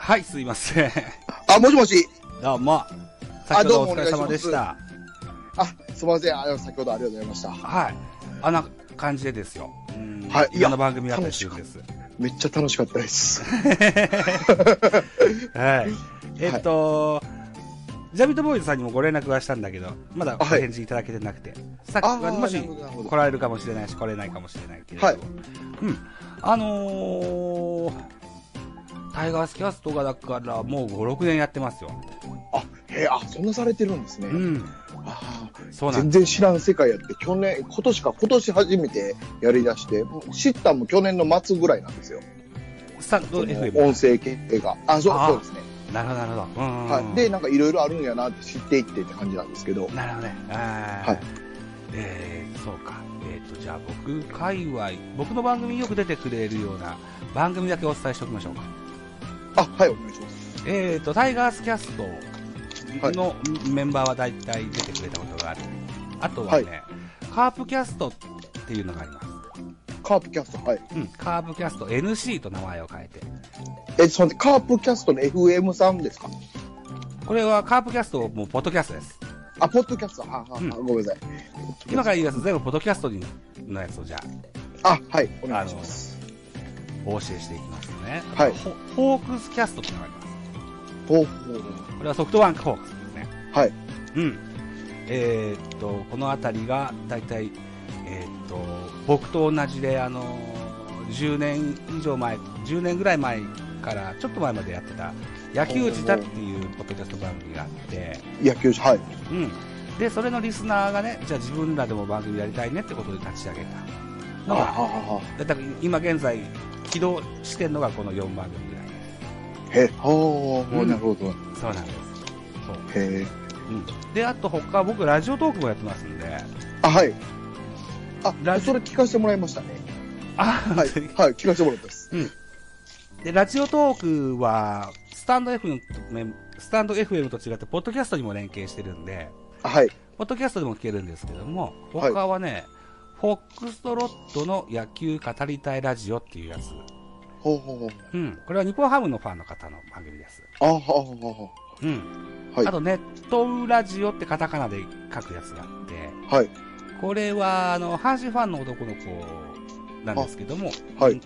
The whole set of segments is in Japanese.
はい、すいません。 あ、もしもし。 どうも。先ほどお疲れ様でした。 すみません。先ほどありがとうございました。 はい。あんな感じでですよ。 はい。 いろんな番組やったりするんです。 めっちゃ楽しかったです。 はい。ジャビットボーイズさんにもご連絡はしたんだけど、まだお返事いただけてなくて。さっきはもし来られるかもしれないし、来れないかもしれないけれど。はい。タイガースキャストがだからもう5、6年やってますよ。 そんなされてるんですね。 そうなん全然知らん世界やって、今年初めてやりだして、知ったのも去年の末ぐらいなんですよ。 スタンド FM。 音声系が。そうですね。 なるほど、なるほど。 はい。で、なんかいろいろあるんやなって知っていってって感じなんですけど。 なるほどね。はい。そうか。じゃあ僕の番組によく出てくれるような番組だけお伝えしておきましょうか。 はい、お願いします。 タイガースキャストのメンバーは大体出てくれたことがある。あとはね、カープキャストっていうのがあります。 カープキャスト、はい。 カープキャスト NC と名前を変えて。 カープキャストの FM さんですか？ これはカープキャストもポッドキャストです。 ポッドキャスト、ごめんなさい。 今から言うやつ全部ポッドキャストのやつをじゃあ。はい、お願いします。 お教えしていきますね。 はい。 ホークスキャストってのがあります。これはソフトバンクホークスですね。 はい。 このあたりがだいたい僕と同じで10年ぐらい前からちょっと前までやってた野球自体っていうポッドキャスト番組があって、 野球はい。 でそれのリスナーがね、じゃあ自分らでも番組やりたいねってことで立ち上げたのが、だから今現在起動してるのがこの4番組ぐらいです。 なるほど。 そうなんです。そう。で、あと他僕ラジオトークもやってますんで。 はい。それ聞かせてもらいましたね。はい、聞かせてもらったです。 で、ラジオトークはスタンド FM と違ってポッドキャストにも連携してるんで、 はい。 ポッドキャストでも聞けるんですけども、他はね、フォックストロットの野球語りたいラジオっていうやつ。これは日本ハムのファンの方の番組です。あとネットラジオってカタカナで書くやつがあって、これは阪神ファンの男の子なんですけども、今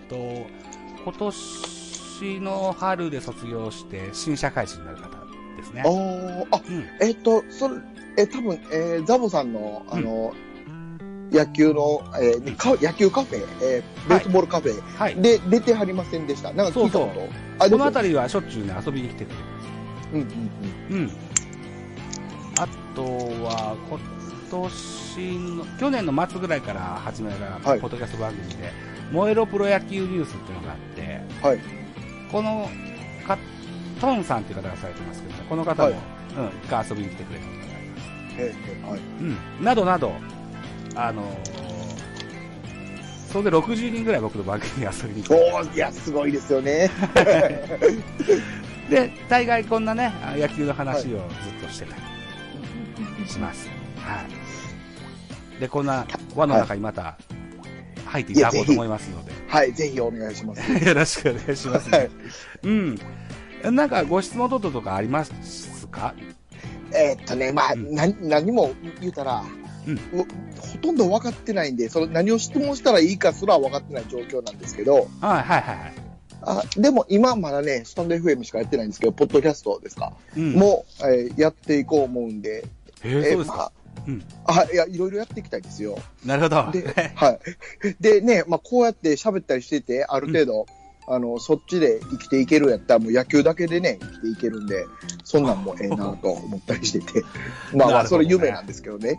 年の春で卒業して新社会人になる方ですね。多分ザボさんの野球の野球カフェ、ベースボールカフェで出てはりませんでした。なんか聞いたこと。 この辺りはしょっちゅうね遊びに来てくれる。あとは去年の末ぐらいから始めたポッドキャスト番組で、燃えろプロ野球ニュースっていうのがあって、このトンさんっていう方がされてますけど、この方も、が遊びに来てくれたことがあります。などなど、それで60人ぐらい僕の番組に遊びに来て。 いや、すごいですよね。 で、大概こんなね、野球の話をずっとしてたりします。で、こんな輪の中にまた入っていただこうと思いますので。 ぜひお願いします。 よろしくお願いしますね。なんかご質問等々とかありますか？ 何も言うたら、ほとんど分かってないんで、何を質問したらいいかすら分かってない状況なんですけど、でも今まだね、スタンド FM しかやってないんですけど、ポッドキャストですか、もう、やっていこう思うんで、 そうですか。 いや、いろいろやっていきたいですよ。 なるほど。 でね、こうやって喋ったりしてて、ある程度、そっちで生きていけるやったら、もう野球だけでね、生きていけるんで、そんなんもええなと思ったりしてて。それ夢なんですけどね。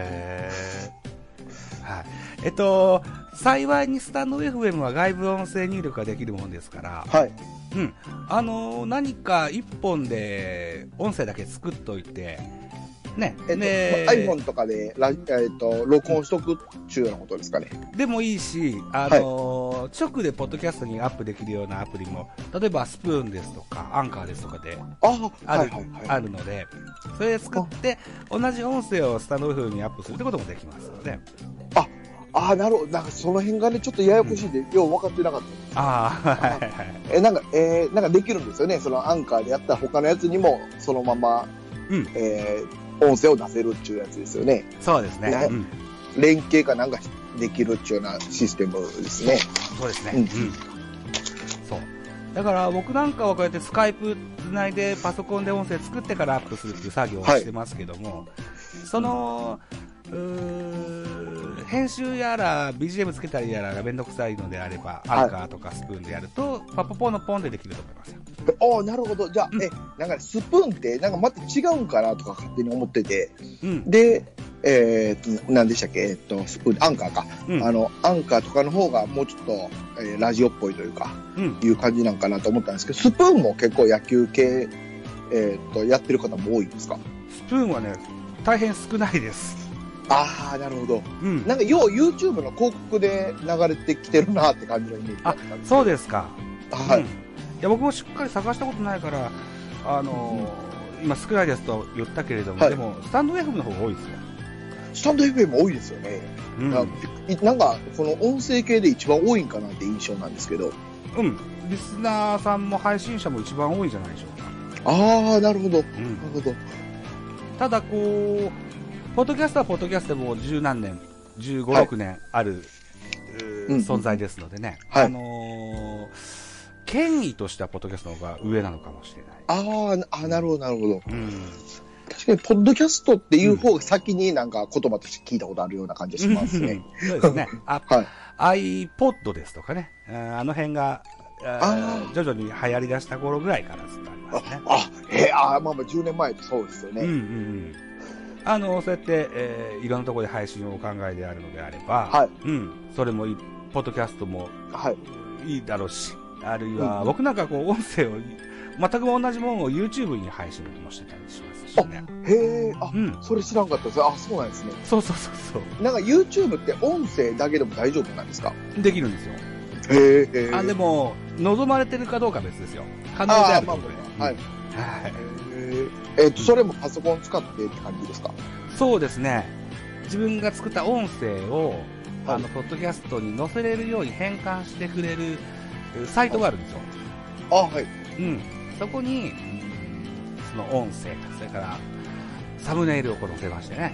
幸いにスタンド FM は外部音声入力ができるものですから、何か一本で音声だけ作っといて、 iPhone とかで録音しとくっていうようなことですかね。 でもいいし、直でポッドキャストにアップできるようなアプリも、例えばスプーンですとか、アンカーですとかであるので、それで作って、同じ音声をスタンド FM にアップするってこともできますので。 ああ、なるほど。なんかその辺がね、ちょっとややこしいんで、よう分かってなかった。 ああ、はいはい。 なんかできるんですよね。そのアンカーでやった他のやつにも、そのまま、音声を出せるっていうやつですよね。 そうですね。 連携かなんかできるっていうようなシステムですね。 そうですね。そう。だから僕なんかはこうやってスカイプつないでパソコンで音声作ってからアップするっていう作業をしてますけども、その、編集やら BGM つけたりやらがめんどくさいのであれば、アンカーとかスプーンでやると、パポポンのポンでできると思いますよ。 ああ、なるほど。じゃあ、なんかスプーンってなんかまた違うんかなとか勝手に思ってて、で、何でしたっけ、スプーン、アンカーか。アンカーとかの方がもうちょっと、ラジオっぽいというか、いう感じなんかなと思ったんですけど、スプーンも結構野球系、やってる方も多いんですか？ スプーンはね、大変少ないです。 ああ、なるほど。なんかよう YouTube の広告で流れてきてるなって感じのイメージだったんです。 そうですか。 はい。 いや、僕もしっかり探したことないから、今少ないですと言ったけれども、でも、スタンド FM の方が多いですよ。 スタンド FM 多いですよね。なんか、この音声系で一番多いんかなって印象なんですけど。 リスナーさんも配信者も一番多いんじゃないでしょうか。 ああ、なるほど。なるほど。 ただ、こう、ポッドキャストはポッドキャストでも十何年、15、6年ある、存在ですのでね。権威としてはポッドキャストの方が上なのかもしれない。 ああ、なるほど、なるほど。確かに、ポッドキャストっていう方が先になんか言葉として聞いたことあるような感じがしますね。 そうですね。iPod ですとかね。あの辺が、徐々に流行り出した頃ぐらいからずっとありますね。 まあ10年前ってそうですよね。 そうやって、いろんなところで配信をお考えであるのであれば、それもポッドキャストもいいだろうし、あるいは、僕なんかこう、音声を、全く同じものを YouTube に配信もしてたりしますしね。 それ知らんかったです。そうなんですね。 そう。 なんか YouTube って音声だけでも大丈夫なんですか？ できるんですよ。でも、望まれてるかどうか別ですよ。可能であるということで。 それもパソコン使ってって感じですか？ そうですね。自分が作った音声を、ポッドキャストに載せれるように変換してくれるサイトがあるんですよ。そこに、その音声と、それからサムネイルを載せましてね。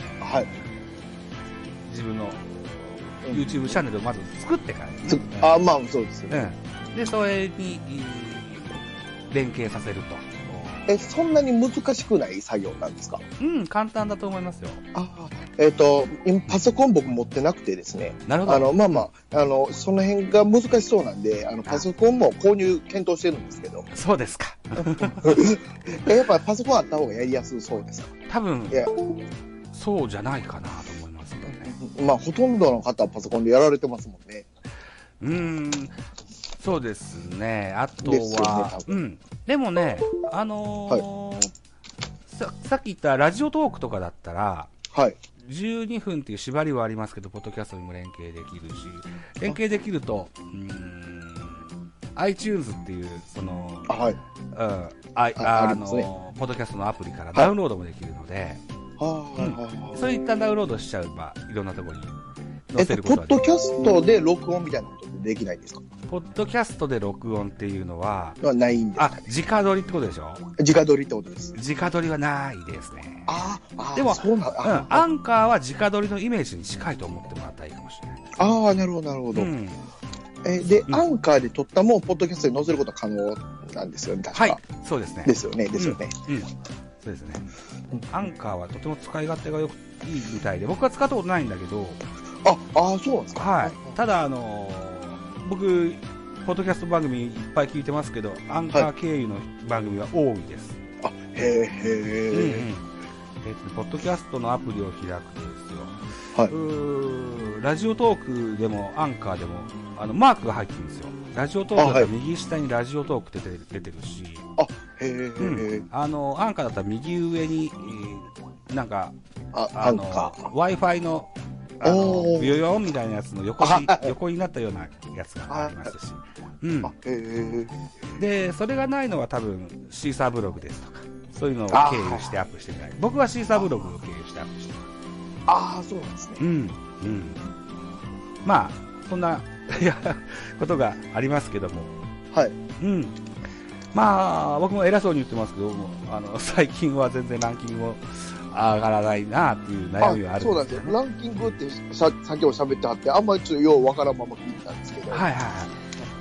自分の YouTube チャンネルをまず作ってからですね。 まあそうですよね。 で、それに連携させると。 そんなに難しくない作業なんですか？ 簡単だと思いますよ。 今パソコン僕持ってなくてですね。 なるほど。 その辺が難しそうなんで、パソコンも購入検討してるんですけど。 そうですか。 やっぱパソコンあった方がやりやすそうですか？ 多分、そうじゃないかなと思いますけどね。 まあ、ほとんどの方はパソコンでやられてますもんね。 そうですね。あとは、でもね、さっき言ったラジオトークとかだったら、12分っていう縛りはありますけど、ポッドキャストにも連携できるし、連携できると、iTunes っていう、その、ポッドキャストのアプリからダウンロードもできるので、そういったダウンロードしちゃえば、いろんなところに載せることができる。 ポッドキャストで録音みたいなことできないんですか？ ポッドキャストで録音っていうのは、 ないんですかね。 直撮りってことでしょ？ 直撮りってことです。 直撮りはないですね。でも、 アンカーは直撮りのイメージに近いと思ってもらったらいいかもしれない。 なるほど、なるほど。で、アンカーで撮ったもん、ポッドキャストに載せることは可能なんですよね、確か。 そうですね。 ですよね。 そうですね。アンカーはとても使い勝手がいいみたいで、僕は使ったことないんだけど。 そうなんですか。 ただ、僕、ポッドキャスト番組いっぱい聞いてますけど、アンカー経由の番組は多いです。ポッドキャストのアプリを開くとですよ。ラジオトークでもアンカーでもマークが入ってるんですよ。ラジオトークだったら右下にラジオトークって出てるし、アンカーだったら右上に、なんかWi-Fi のビヨヨンみたいなやつの横になったようなやつがありますし、でそれがないのは多分シーサーブログですとか、そういうのを経由してアップしてない。僕はシーサーブログを経由してアップしてます。 そうなんですね。 まあ、そんな、ことがありますけども。 はい。 うん。まあ、僕も偉そうに言ってますけども、最近は全然ランキングも上がらないなっていう悩みはあるんですよ、ね。そうなんですよ。 ランキングってさっきも喋ってはって、あんまりちょっとようわからんまま聞いてたんですけど。 はいはいはい。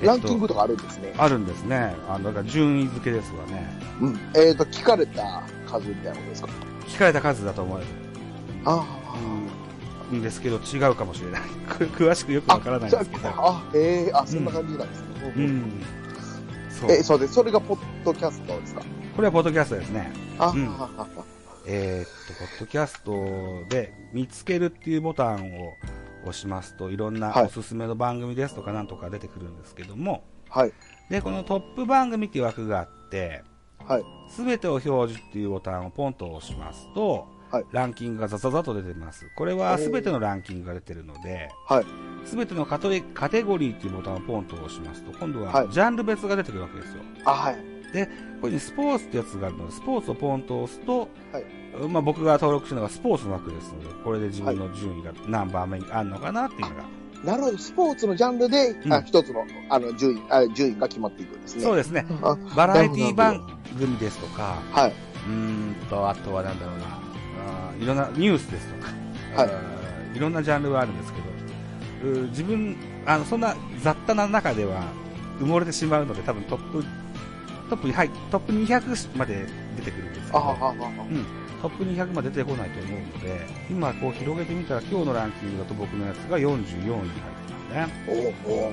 ランキングとかあるんですね。 あるんですね。だから順位付けですわね。 うん。聞かれた数みたいなことですか？ 聞かれた数だと思う。 ああ。 んですけど、違うかもしれない。詳しくよくわからないんですけど。 そんな感じなんですね。 うん。 そうです。それがポッドキャストですか？ これはポッドキャストですね。 ポッドキャストで見つけるっていうボタンを押しますと、いろんなおすすめの番組ですとかなんとか出てくるんですけども、 はい。 で、このトップ番組っていう枠があって、 はい。 すべてを表示っていうボタンをポンと押しますと、はい、ランキングがザザザと出てます。これはすべてのランキングが出てるので、すべてのカテゴリーっていうボタンをポンと押しますと、今度はジャンル別が出てくるわけですよ。 はい。 で、ここにスポーツってやつがあるので、スポーツをポンと押すと、まあ僕が登録してるのがスポーツの枠ですので、これで自分の順位が何番目にあるのかなっていうのが。 なるほど、スポーツのジャンルで、一つの、順位が決まっていくんですね。 そうですね。バラエティ番組ですとか、あとはなんだろうな、いろんなニュースですとか、いろんなジャンルがあるんですけど、自分、そんな雑多な中では埋もれてしまうので、多分トップ200まで出てくるんですけど、トップ200まで出てこないと思うので、今こう広げてみたら今日のランキングだと僕のやつが44位に入ってますね。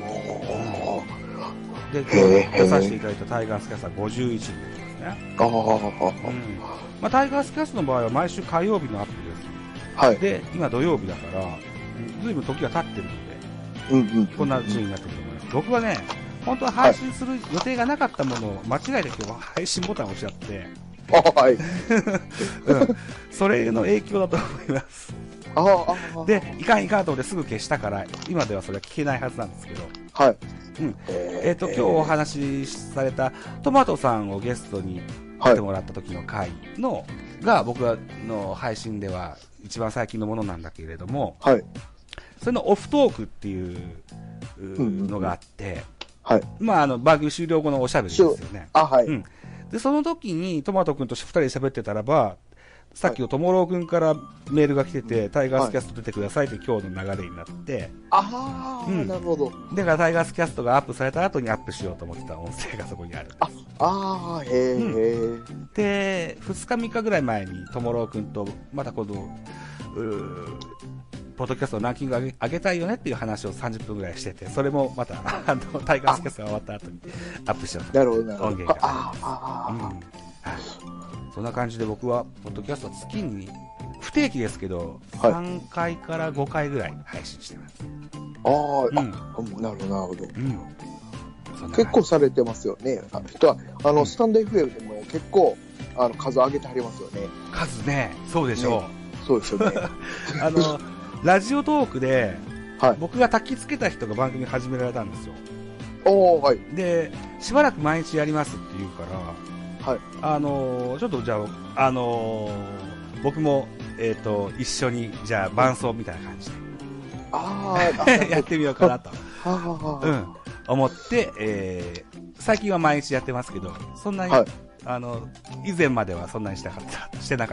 で、今日出させていただいたタイガースキャストは51位に出てますね。まあ、タイガースキャストの場合は毎週火曜日のアップです。で、今土曜日だから、ずいぶん時が経ってるので、こんな順位になってると思います。僕はね、本当は配信する予定がなかったものを間違えて今日は配信ボタンを押しちゃって、それの影響だと思います。で、いかんと思ってすぐ消したから、今ではそれは聞けないはずなんですけど。今日お話しされたトマトさんをゲストに来てもらった時の回が僕の配信では一番最近のものなんだけれども、それのオフトークっていうのがあって、まあ番組終了後のおしゃべりですよね。で、その時にトマト君と2人で喋ってたらば、さっきのともろう君からメールが来てて、タイガースキャスト出てくださいって今日の流れになって、 なるほど。 だからタイガースキャストがアップされた後にアップしようと思ってた音声がそこにあるんです。で、2日3日ぐらい前にともろう君とまた今度、ポッドキャストのランキング上げたいよねっていう話を30分ぐらいしてて、それもまたタイガースキャストが終わった後にアップしちゃった。音源が。そんな感じで僕はポッドキャストは月に不定期ですけど、3回から5回ぐらい配信してます。 なるほど。結構されてますよね。人はスタンド FM でも結構数上げてはりますよね。 数ね、そうでしょう。そうですよね。 ラジオトークで、僕が焚きつけた人が番組始められたんですよ。で、しばらく毎日やりますって言うから、ちょっとじゃあ、僕も、一緒に、じゃあ伴奏みたいな感じで、やってみようかなと、思って、最近は毎日やってますけど、そんなに、以前まではそんなにしてなかった。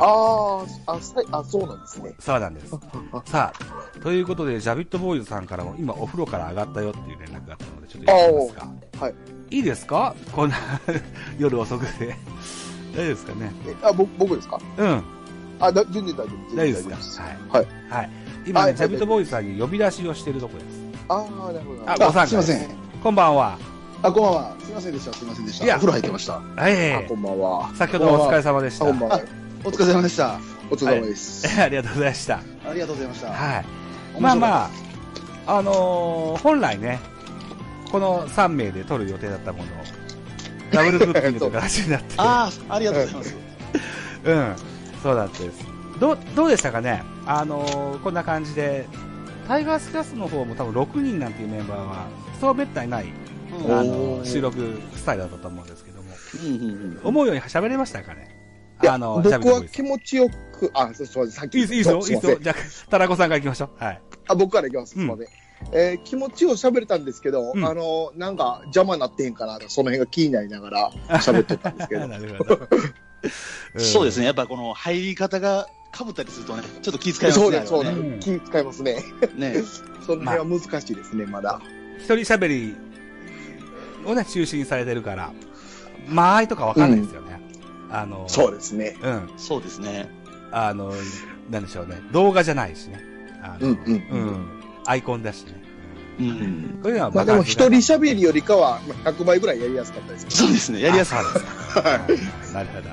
そうなんですね。 そうなんです。さあ、ということで、ジャビットボーイズさんからも、今お風呂から上がったよっていう連絡があったので、ちょっとやってみますか。いいですか？こんな夜遅くで。大丈夫ですかね？ 僕ですか？全然大丈夫です。今ね、ジャビットボーイズさんに呼び出しをしてるとこです。 なるほど。 ご参加。 すいません。 こんばんは。 こんばんは。すいませんでした。いや、お風呂入ってました。こんばんは。 先ほどお疲れ様でした。 お疲れ様でした。お疲れ様です。 ありがとうございました。 ありがとうございました。 まあ、本来ね、この3名で撮る予定だったものを、ダブルブッキングという形になって。 ありがとうございます。 そうだったです。どうでしたかね？こんな感じで、タイガースキャストの方も多分6人なんていうメンバーは、そうめったにない、収録スタイルだったと思うんですけども、思うように喋れましたかね？ 僕は気持ちよく、さっき。 いいですよ。じゃあ、タラコさんから行きましょう。 僕から行きます。すみません。 気持ちを喋れたんですけど、なんか邪魔になってへんかなと、その辺が気になりながら喋ってたんですけど。 なるほど。そうですね。やっぱこの入り方が被ったりするとね、ちょっと気遣いますね。 そうです、そうです。気遣いますね。ね。その辺は難しいですね、まだ。 一人喋りをね、中心にされてるから、間合いとかわかんないですよね。 そうですね。 そうですね。 なんでしょうね。動画じゃないしね。アイコンだしね。 これはまあでも一人喋りよりかは100倍ぐらいやりやすかったです。 そうですね。やりやすかったです。 なるほ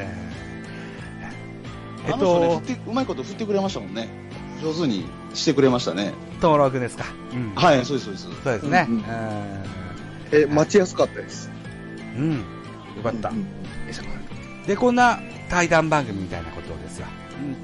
ど。うまいこと振ってくれましたもんね。上手にしてくれましたね。 登録ですか。 はい、そうです、そうです。 そうですね。 待ちやすかったです。 よかった。で、こんな対談番組みたいなことですよ。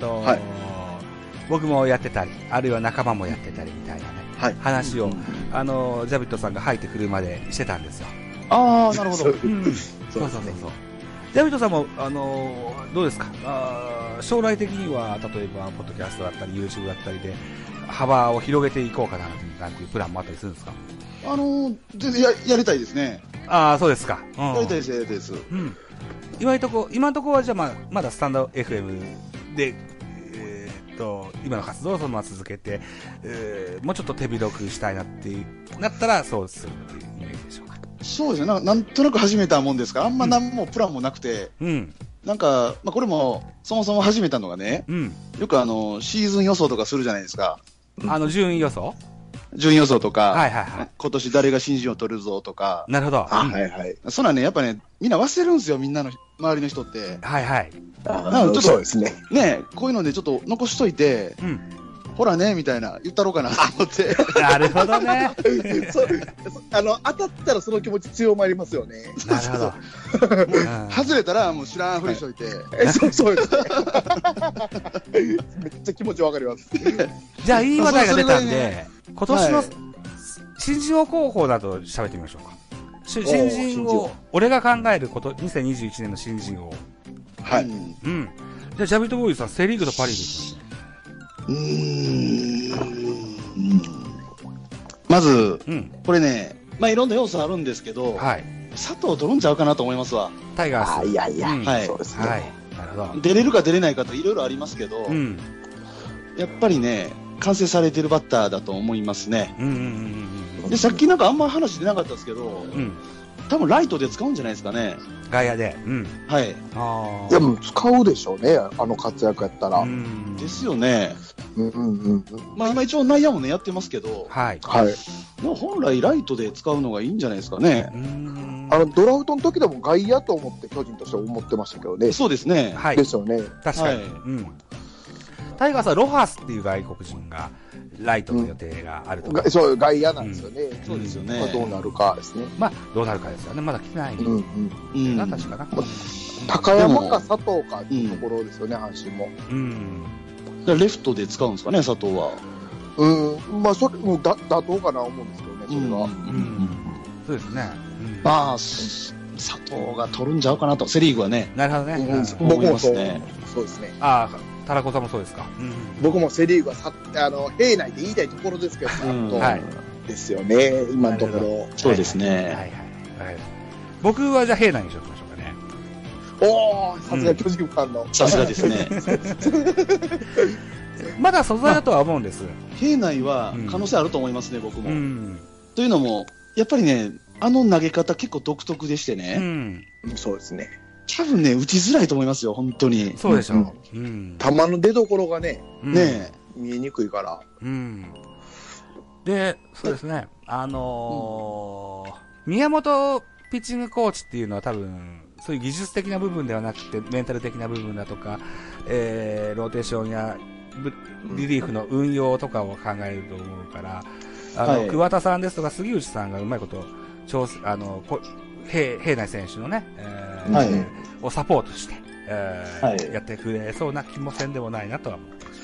僕もやってたり、あるいは仲間もやってたりみたいなね、話を、ジャビットさんが入ってくるまでしてたんですよ。 ああ、なるほど。そうそうそう。ジャビットさんも、どうですか将来的には、例えば、ポッドキャストだったり、YouTube だったりで、幅を広げていこうかな、なんていうプランもあったりするんですか？ 全然やりたいですね。 ああ、そうですか。 やりたいです、やりたいです。 今のところはじゃあまだスタンド FM で、今の活動をそのまま続けて、もうちょっと手広くしたいなってなったらそうするっていうイメージでしょうか。 そうですね。なんとなく始めたもんですから、あんま何もプランもなくて、なんか、これもそもそも始めたのがね、よくシーズン予想とかするじゃないですか。 順位予想とか、今年誰が新人を取るぞとか。 なるほど。 そんなんね、やっぱね、みんな忘れるんですよ、みんなの周りの人って。 そうですね。 ね、こういうのでちょっと残しといて、ほらね、みたいな、言ったろうかなと思って。 なるほどね。 当たったらその気持ち強まりますよね。 なるほど。 外れたらもう知らんふりしといて。 そうですね。めっちゃ気持ちわかります。 じゃあ、いい話題が出たんで、今年の新人王候補だと喋ってみましょうか。新人王、俺が考える2021年の新人王。 はい。 じゃあ、ジャビットボーイズさん、セリーグとパ・リーグいきますね。 まず、これね、いろんな要素あるんですけど、佐藤取るんちゃうかなと思いますわ。 タイガース。 いや、そうですね。 なるほど。 出れるか出れないかといろいろありますけど、やっぱりね、完成されてるバッターだと思いますね。で、さっきなんかあんま話出なかったですけど、多分ライトで使うんじゃないですかね。 外野で。 はい。 いや、もう使うでしょうね、活躍やったら。 ですよね。今一応内野もね、やってますけど、本来ライトで使うのがいいんじゃないですかね。 ドラフトの時でも外野と思って巨人として思ってましたけどね。 そうですね。 ですよね。 確かに。タイガースはロハスっていう外国人がライトの予定があるとか。 そう、外野なんですよね。 そうですよね。 どうなるかですね。 どうなるかですよね。まだ来てない。確かな。 高山か佐藤かっていうところですよね、阪神も。 レフトで使うんですかね、佐藤は。 それも妥当かな思うんですけどね、それは。 そうですね。 佐藤が取るんちゃうかなと、セリーグはね。 なるほどね。 僕もそうですね。 タラコさんもそうですか。 僕もセリーグは平内で言いたいところですけど、ですよね、今のところ。 そうですね。 僕はじゃあ平内にしときましょうかね。 おー、さすが巨人ファンの。 さすがですね。 まだ素材だとは思うんです。 平内は可能性あると思いますね、僕も。というのも、やっぱりね、投げ方結構独特でしてね。 そうですね。 多分ね、打ちづらいと思いますよ、本当に。 そうでしょう。 球の出所がね、見えにくいから。 で、そうですね。宮本ピッチングコーチっていうのは多分、そういう技術的な部分ではなくて、メンタル的な部分だとか、ローテーションやリリーフの運用とかを考えると思うから、桑田さんですとか杉内さんがうまいこと、平内選手のね、をサポートして、やってくれそうな気もせんでもないなとは思ってます。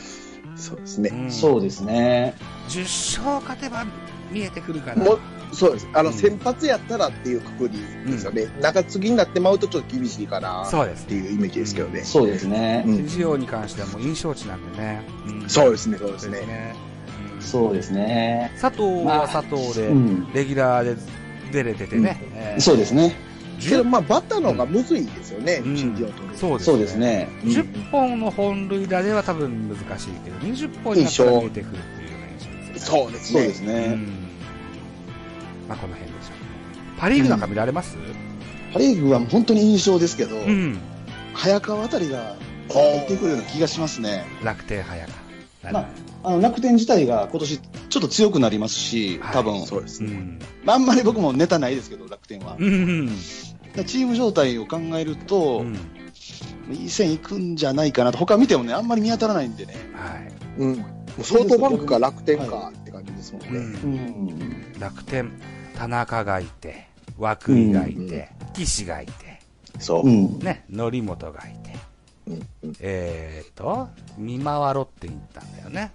そうですね。 そうですね。 10勝勝てば見えてくるかな。 そうです。先発やったらっていうくくりですよね。中継ぎになってまうとちょっと厳しいかなっていうイメージですけどね。 そうですね。 新人王に関してはもう印象値なんでね。 そうですね、そうですね。 そうですね。 佐藤は佐藤で、レギュラーで出れててね。 そうですね。 けど、バッターの方がむずいですよね、新人を取る。 そうですね。10本の本塁打では多分難しいけど、20本になったら見えてくるっていうような印象ですよね。そうですね。 そうですね。 この辺でしょう。パリーグなんか見られます？ パリーグは本当に印象ですけど、早川あたりが入ってくるような気がしますね。 楽天早川。楽天自体が今年ちょっと強くなりますし、多分。 そうですね。 あんまり僕もネタないですけど、楽天は。チーム状態を考えると、いい線いくんじゃないかなと。他見てもね、あんまり見当たらないんでね。 ソフトバンクか楽天かって感じですもんね。楽天、田中がいて、涌井がいて、岸がいて、ね、則本がいて、見回ろって言ったんだよね。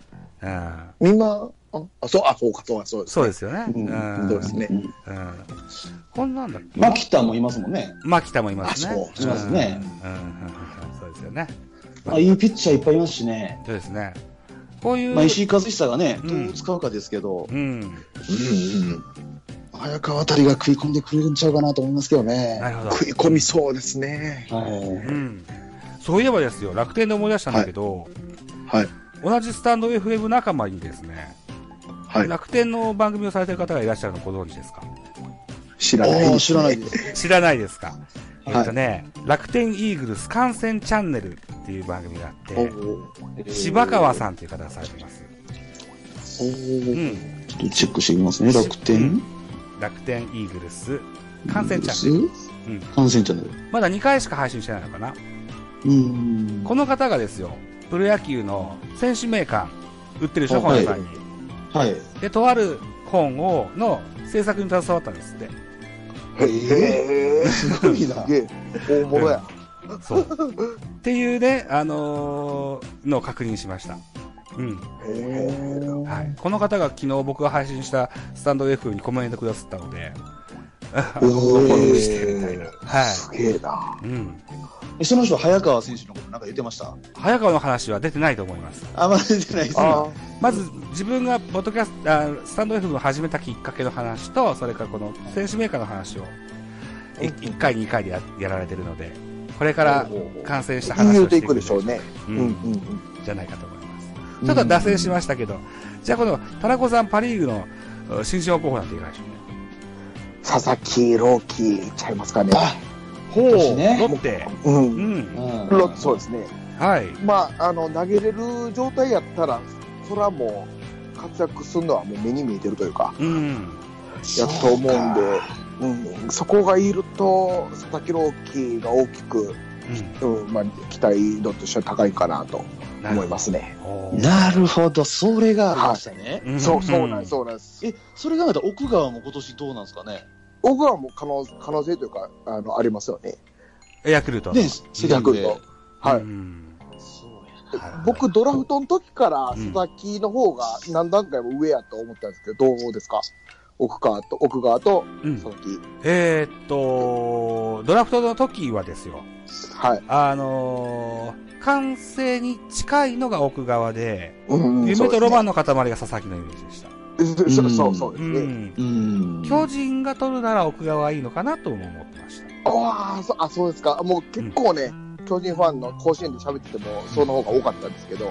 そうですよね。 そうですね。 こんなんだっけ？ 牧田もいますもんね。 牧田もいますね。 しますね。 そうですよね。 いいピッチャーいっぱいいますしね。 そうですね。こういう。 石井一久がね、どう使うかですけど、早川あたりが食い込んでくれるんちゃうかなと思いますけどね。 なるほど。食い込みそうですね。 そういえばですよ、楽天で思い出したんだけど、同じスタンド FM 仲間にですね、楽天の番組をされてる方がいらっしゃるのご存知ですか？ 知らないです。 知らないですか？楽天イーグルス観戦チャンネルっていう番組があって、柴川さんっていう方がされてます。 ちょっとチェックしてみますね、楽天イーグルス観戦チャンネル。 観戦チャンネル。 まだ2回しか配信してないのかな。この方がですよ、プロ野球の選手名鑑売ってるでしょ、本屋さんに。で、とある本の制作に携わったんですって。 すごいな。 大物や。 そう。っていうね、のを確認しました。この方が昨日僕が配信したスタンド F にコメントくださったので、フォローしてみたいな。 すげえな。 その人、早川選手のことなんか言ってました？ 早川の話は出てないと思います。 まだ出てないですね。 まず、自分がポッドキャスタンド F を始めたきっかけの話と、それからこの選手メーカーの話を、1回、2回でやられてるので、これから完成した話をしていくでしょうね。じゃないかと思います。ちょっと脱線しましたけど、じゃあこの、田中さんパリーグの新人王候補なんていかがでしょうね。 佐々木朗希ちゃいますかね。 ロッテ。 ロッテ、そうですね。投げれる状態やったら、それはもう、活躍するのはもう目に見えてるというか、やと思うんで、そこがいると、佐々木朗希が大きく、期待度としては高いかなと思いますね。 なるほど、それがありましたね。 そうなんです。 それがまた奥川も今年どうなんですかね。 奥川も可能性というか、ありますよね。 ヤクルト。 ヤクルト。僕、ドラフトの時から佐々木の方が何段階も上やと思ったんですけど、どうですか？奥川と佐々木。 ドラフトの時はですよ。完成に近いのが奥川で、夢とロマンの塊が佐々木のイメージでした。 そうですね。 巨人が取るなら奥川はいいのかなとも思ってました。 そうですか。もう結構ね、巨人ファンの甲子園で喋ってても、その方が多かったんですけど、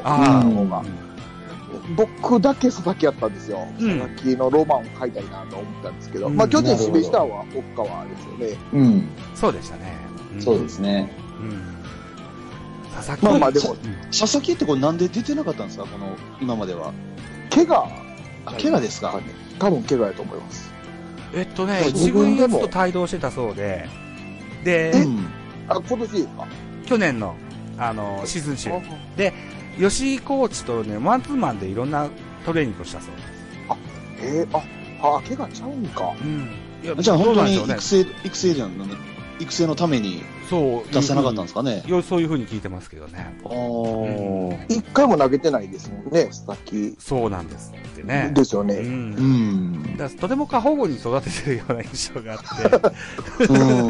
僕だけ佐々木やったんですよ。佐々木のロマンを書いたいなと思ったんですけど、巨人指名したのは奥川ですよね。 そうでしたね。 そうですね。 佐々木。 でも、佐々木ってこれなんで出てなかったんですか、この今までは。 怪我ですか？ 多分怪我やと思います。 自分やつと帯同してたそうで、 今年ですか？ 去年のシーズン中で、吉井コーチとね、マンツーマンでいろんなトレーニングをしたそうです。怪我ちゃうんか。 じゃあ本当に育成じゃんね。育成のために出せなかったんですかね。 そういう風に聞いてますけどね。 一回も投げてないですもんね、佐々木。 そうなんですってね。 ですよね。 とても過保護に育ててるような印象があって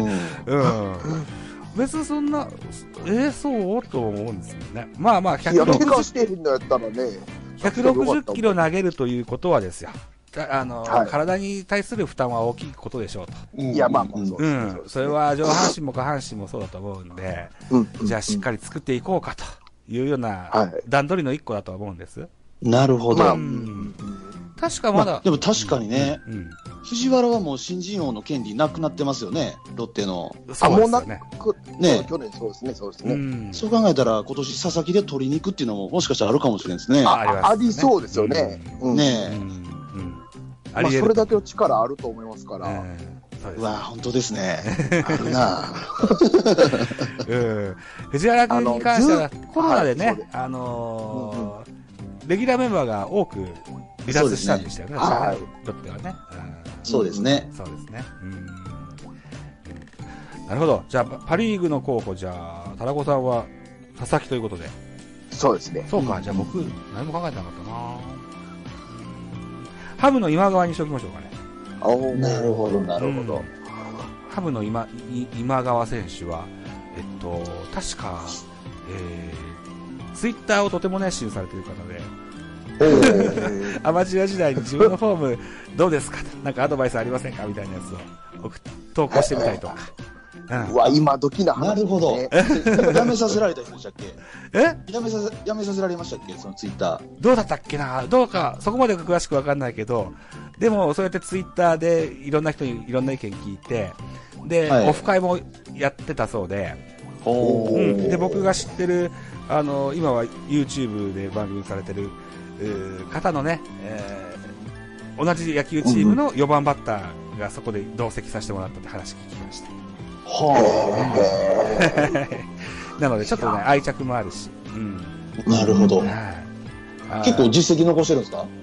別にそんなそうと思うんですよね。 100怪我してへんのやったらね、 160キロ投げるということはですよ。体に対する負担は大きいことでしょうと。 いや、まあ、そうですね。それは上半身も下半身もそうだと思うんで、じゃあしっかり作っていこうかというような段取りの一個だと思うんです。 なるほど。 確かまだ。 でも確かにね、藤原はもう新人王の権利なくなってますよね、ロッテの。 そうですよね。 ね、去年そうですね、そうですね。 そう考えたら、今年佐々木で取りに行くっていうのももしかしたらあるかもしれないですね。 ありそうですよね。 ねえ。まあ、それだけの力あると思いますから。 うわ、本当ですね。あるな。 藤原君に関しては、コロナでね、レギュラーメンバーが多く離脱したんでしたよね、ロッテはね。 そうですね。 そうですね。なるほど。じゃあ、パリーグの候補、じゃあ、タラコさんは佐々木ということで。 そうですね。 そうか、じゃあ僕、何も考えてなかったな。ハムの今川にしておきましょうかね。 なるほど、なるほど。 ハムの今川選手は、確か、ツイッターをとても熱心されている方で、アマチュア時代に自分のフォームどうですかと、なんかアドバイスありませんかみたいなやつを投稿してみたりとか。 うわ、今時な話。 なるほど。やめさせられた人でしたっけ？やめさせられましたっけ？そのツイッター。 どうだったっけな？どうか、そこまで詳しくわかんないけど、でもそうやってツイッターでいろんな人にいろんな意見聞いて、で、オフ会もやってたそうで、で、僕が知ってる、今は YouTube で番組されてる方のね、同じ野球チームの4番バッターがそこで同席させてもらったって話聞きました。なのでちょっとね、愛着もあるし。 なるほど。結構実績残してるんですか？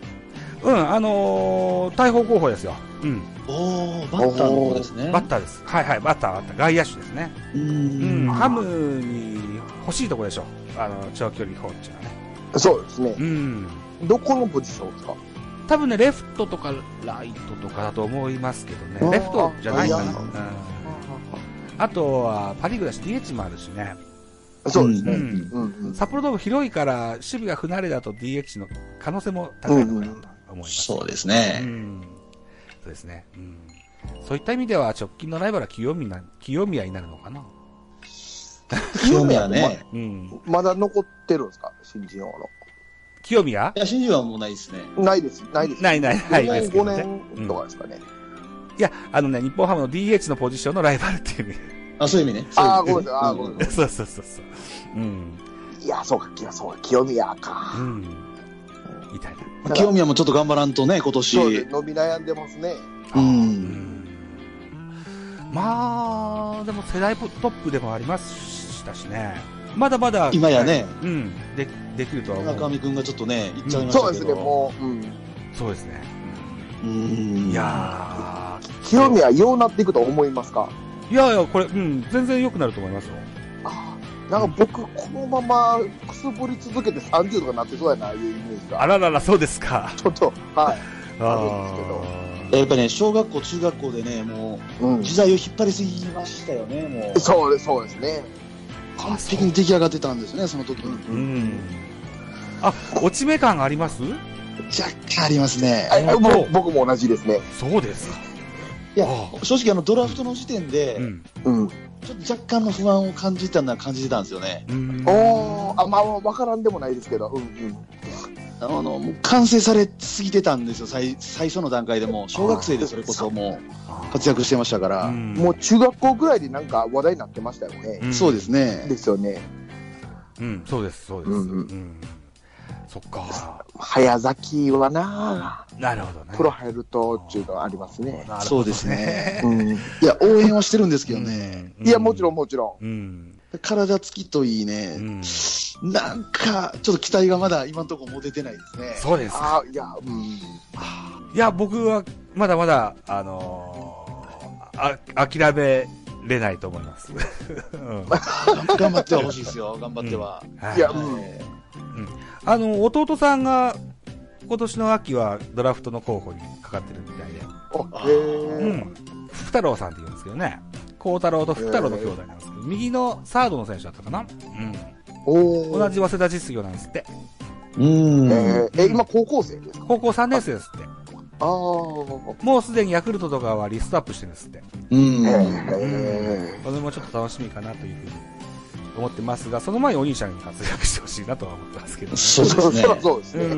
大砲候補ですよ。 バッターの方ですね。 バッターです。はいはい、バッター。外野手ですね。ハムに欲しいところでしょ。長距離砲っていうのはね。 そうですね。どこのポジションですか？ 多分ね、レフトとかライトとかだと思いますけどね。レフトじゃないかな。あとは、パリーグだし DH もあるしね。 そうですね。 札幌ドーム広いから、守備が不慣れだと DH の可能性も高いのかなと思います。 そうですね。 そうですね。そういった意味では、直近のライバルは清宮になるのかな。 清宮ね。 まだ残ってるんですか？新人王の。 清宮？ いや、新人王はもうないですね。 ないです。 ない。 5年とかですかね。 いや、日本ハムの DH のポジションのライバルっていう意味。 そういう意味ね。 ごめんなさい。 そう。 いや、そうか、清宮か。 みたいな。 清宮もちょっと頑張らんとね、今年。 そうで、伸び悩んでますね。 まあ、でも世代トップでもありましたしね。まだまだ。 今やね。 できるとは思う。 村上くんがちょっとね、言っちゃいましたけど。 そうですね、もう。そうですね。いやー。清宮、ようなっていくと思いますか？ いや、これ、全然良くなると思いますよ。 なんか僕、このままくすぶり続けて30とかなってそうやな、いうイメージが。 あららら、そうですか。 ちょっと、はい。あるんですけど。 やっぱね、小学校、中学校でね、もう、時代を引っ張りすぎましたよね、もう。 そうですね。 完璧に出来上がってたんですね、その時に。 落ち目感あります？ 若干ありますね。 僕も同じですね。 そうですか。 いや、正直ドラフトの時点で、ちょっと若干の不安を感じてたんですよね。 まあ、わからんでもないですけど。 もう完成されすぎてたんですよ、最初の段階でも。小学生でそれこそもう活躍してましたから。 もう中学校ぐらいでなんか話題になってましたよね。 そうですね。 ですよね。 そうです。そっか。 早咲きはなるほどね。 プロ入るとっていうのはありますね。 そうですね。いや、応援はしてるんですけどね。 いや、もちろん。体つきといいね。なんか、ちょっと期待がまだ今のところも出てないですね。 そうですか。いや、僕はまだまだ、諦めれないと思います。 頑張ってはほしいですよ、頑張っては。 いや、 弟さんが今年の秋はドラフトの候補にかかってるみたいで。福太郎さんって言うんですけどね。幸太郎と福太郎の兄弟なんですけど、右のサードの選手だったかな。同じ早稲田実業なんですって。 今高校生ですか？ 高校3年生ですって。もうすでにヤクルトとかはリストアップしてるんですって。これもちょっと楽しみかなというふうに思ってますが、その前にお兄ちゃんに活躍してほしいなとは思ってますけど、ね。 そうですね。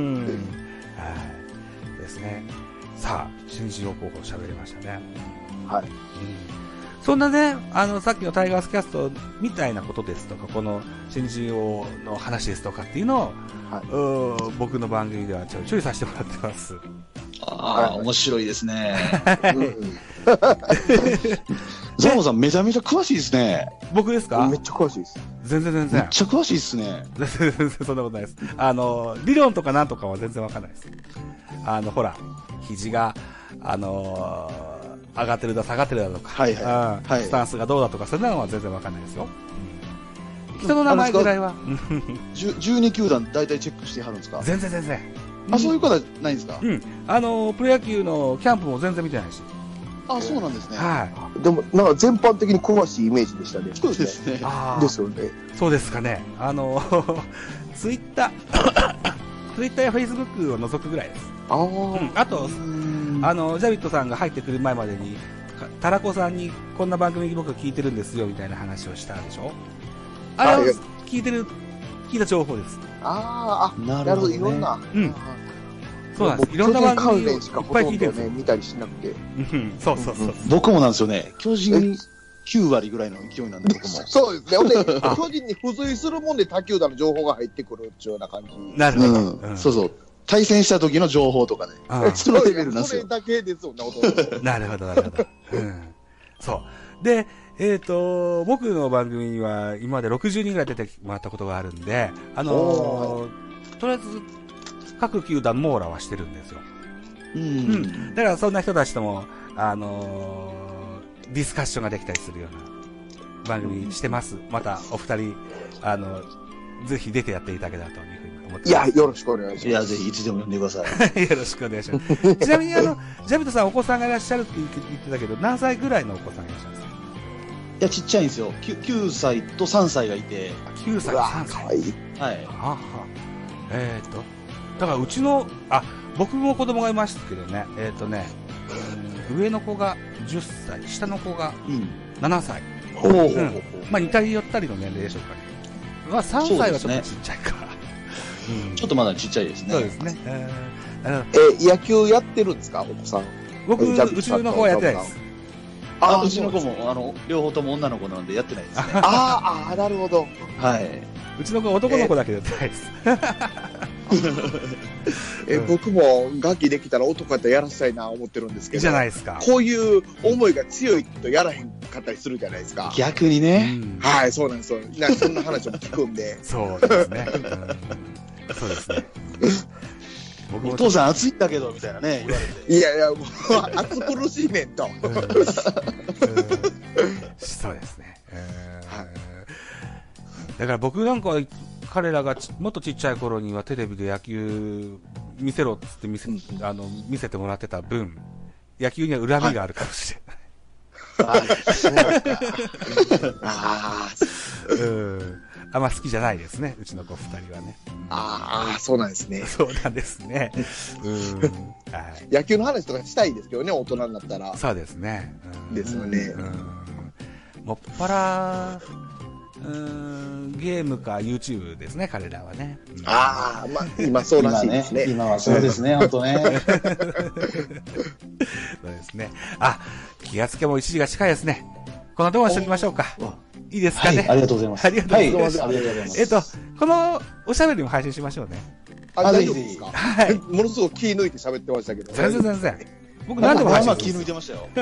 ですね。さあ、新人王候補喋りましたね。 はい。 そんなね、さっきのタイガースキャストみたいなことですとか、この新人王の話ですとかっていうのを、僕の番組ではちょいちょいさせてもらってます。 面白いですね。ザボさんめちゃめちゃ詳しいですね。 僕ですか？ めっちゃ詳しいです。 全然。 めっちゃ詳しいですね。 全然そんなことないです。理論とかなんとかは全然わかんないです。ほら、肘が、上がってるだ下がってるだとか、スタンスがどうだとか、そんなのは全然わかんないですよ。人の名前ぐらいは。 12球団大体チェックしてはるんですか？ 全然。 そういうことはないんですか？ プロ野球のキャンプも全然見てないし。 そうなんですね。 はい。 でも、なんか全般的に詳しいイメージでしたね。 そうですね。 ですよね。 そうですかね。ツイッターやフェイスブックを除くぐらいです。あと、ジャビットさんが入ってくる前までに、タラコさんにこんな番組僕聞いてるんですよみたいな話をしたでしょ？あれを聞いた情報です。 なるほど、いろんな。 そうなんです。いろんな番組をいっぱい聞いてるんですよ。 見たりしなくて。 そう。 僕もなんですよね。巨人9割ぐらいの勢いなんで、僕も。 そうですね。巨人に付随するもんで他球団の情報が入ってくるっていうような感じ。 なるほど。 そう。対戦した時の情報とかね。そのレベルなんですよ。 それだけですよね、 なるほど。そう。で、僕の番組には今まで60人ぐらい出てもらったことがあるんで、とりあえず、各球団網羅はしてるんですよ。だからそんな人たちとも、ディスカッションができたりするような番組してます。また、お二人、ぜひ出てやっていただけたらというふうに思ってます。 いや、よろしくお願いします。 いや、ぜひいつでも呼んでください。 よろしくお願いします。ちなみにジャビットさんお子さんがいらっしゃるって言ってたけど、何歳ぐらいのお子さんがいらっしゃるんですか？ いや、ちっちゃいんですよ。9歳と3歳がいて。 9歳と3歳。 はい。 だからうちの、僕も子供がいますけどね、上の子が10歳、下の子が7歳。まあ似たり寄ったりの年齢でしょうかね。3歳はちょっとちっちゃいか。 ちょっとまだちっちゃいですね。 そうですね。 野球やってるんですか、お子さん？ 僕、うちの子はやってないです。 うちの子も、両方とも女の子なんでやってないですね。 なるほど。 はい。 うちの子は男の子だけでやってないです。 僕もガキできたら男やったらやらせたいな思ってるんですけど。 じゃないですか。 こういう思いが強いとやらへんかったりするじゃないですか。 逆にね。 はい、そうなんですよ。そんな話も聞くんで。 そうですね。そうですね。 お父さん暑いんだけどみたいなね言われて。 いやもう暑苦しいねんと。 そうですね。だから僕なんかは彼らがもっとちっちゃい頃にはテレビで野球見せろっつって見せてもらってた分、野球には恨みがあるかもしれない。あんま好きじゃないですね、うちの子2人はね。 そうなんですね。 そうなんですね。 野球の話とかしたいですけどね、大人になったら。 そうですね。 ですよね。 もっぱらゲームか YouTube ですね、彼らはね。 今そうらしいですね。 今はそうですね、本当ね。そうですね。気がつけも1時が近いですね。こんなところにしておきましょうか。いいですかね。 ありがとうございます。 ありがとうございます。このおしゃべりも配信しましょうね。 大丈夫ですか？はい。ものすごく気抜いて喋ってましたけど。 全然。僕何でも配信気抜いてましたよ。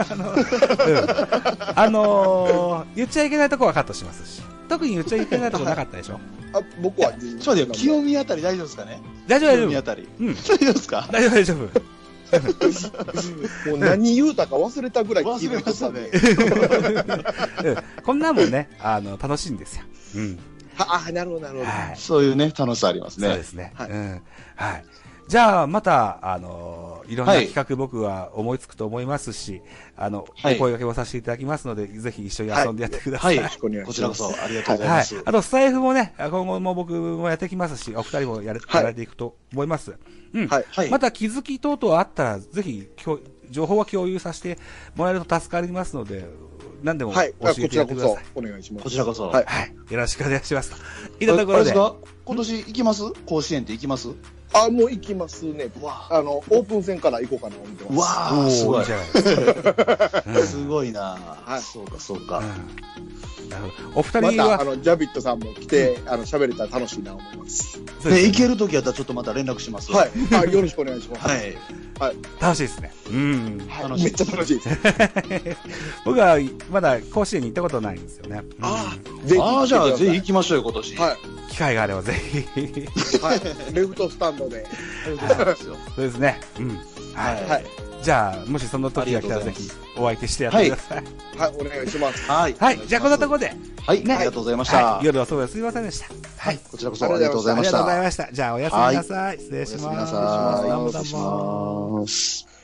言っちゃいけないとこはカットしますし。特に言っちゃいけないとこなかったでしょ？ 僕は。 そうだよ、清見あたり大丈夫ですかね？ 大丈夫。 清見あたり。大丈夫ですか？ 大丈夫。 もう何言うたか忘れたぐらい忘れましたね。 こんなんもね、楽しいんですよ。 なるほど。 そういうね、楽しさありますね。 そうですね。 じゃあ、また、いろんな企画僕は思いつくと思いますし、お声掛けをさせていただきますので、ぜひ一緒に遊んでやってください。 はい。こちらこそありがとうございます。 あと、スタイフもね、今後も僕もやってきますし、お二人もやられていくと思います。うん。また気づき等々あったら、ぜひ、情報は共有させてもらえると助かりますので、何でも教えてやってください。 お願いします。 こちらこそ。 はい。よろしくお願いします。いったところで。 今年行きます甲子園って行きますもう行きますね。オープン戦から行こうかな思ってます。 わあ、すごい。じゃないですか。すごいな。 はい。 そうか、そうか。 お二人は、また、ジャビットさんも来て、喋れたら楽しいなと思います。 ね、行けるときやったらちょっとまた連絡します。 はい。よろしくお願いします。はい。 はい。楽しいですね。 めっちゃ楽しいです。 僕はまだ甲子園に行ったことないんですよね。 じゃあぜひ行きましょうよ、今年。 はい。 機会があればぜひ。 はい。レフトスタンドで。 そうですね。はい。じゃあ、もしその時が来たらぜひお相手してやってください。 はい、お願いします。 はい。じゃあこんなところで。 はい、ありがとうございました。 夜遅くですみませんでした。 はい、こちらこそありがとうございました。 ありがとうございました。じゃあおやすみなさい。失礼します。 おやすみなさい。失礼します。